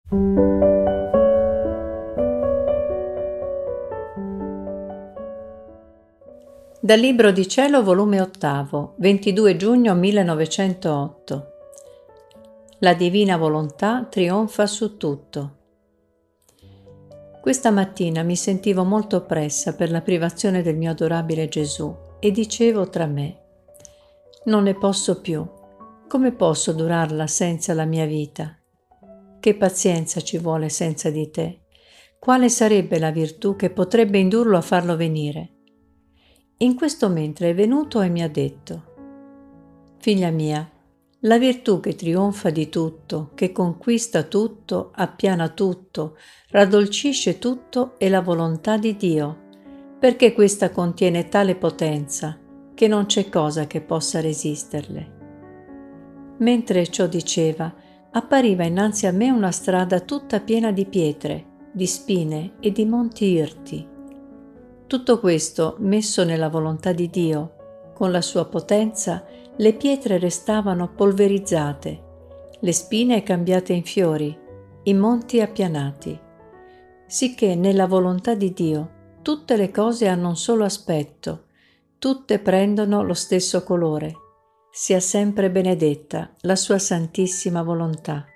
Dal Libro di Cielo, volume 8, 22 giugno 1908. La divina volontà trionfa su tutto. Questa mattina mi sentivo molto oppressa per la privazione del mio adorabile Gesù e dicevo tra me: non ne posso più. Come posso durarla senza la mia vita? Che pazienza ci vuole senza di te? Quale sarebbe la virtù che potrebbe indurlo a farlo venire? In questo mentre è venuto e mi ha detto: figlia mia, la virtù che trionfa di tutto, che conquista tutto, appiana tutto, raddolcisce tutto è la volontà di Dio, perché questa contiene tale potenza che non c'è cosa che possa resisterle. Mentre ciò diceva, appariva innanzi a me una strada tutta piena di pietre, di spine e di monti irti. Tutto questo messo nella volontà di Dio, con la sua potenza, le pietre restavano polverizzate, le spine cambiate in fiori, i monti appianati. Sicché nella volontà di Dio tutte le cose hanno un solo aspetto, tutte prendono lo stesso colore. Sia sempre benedetta la sua santissima volontà.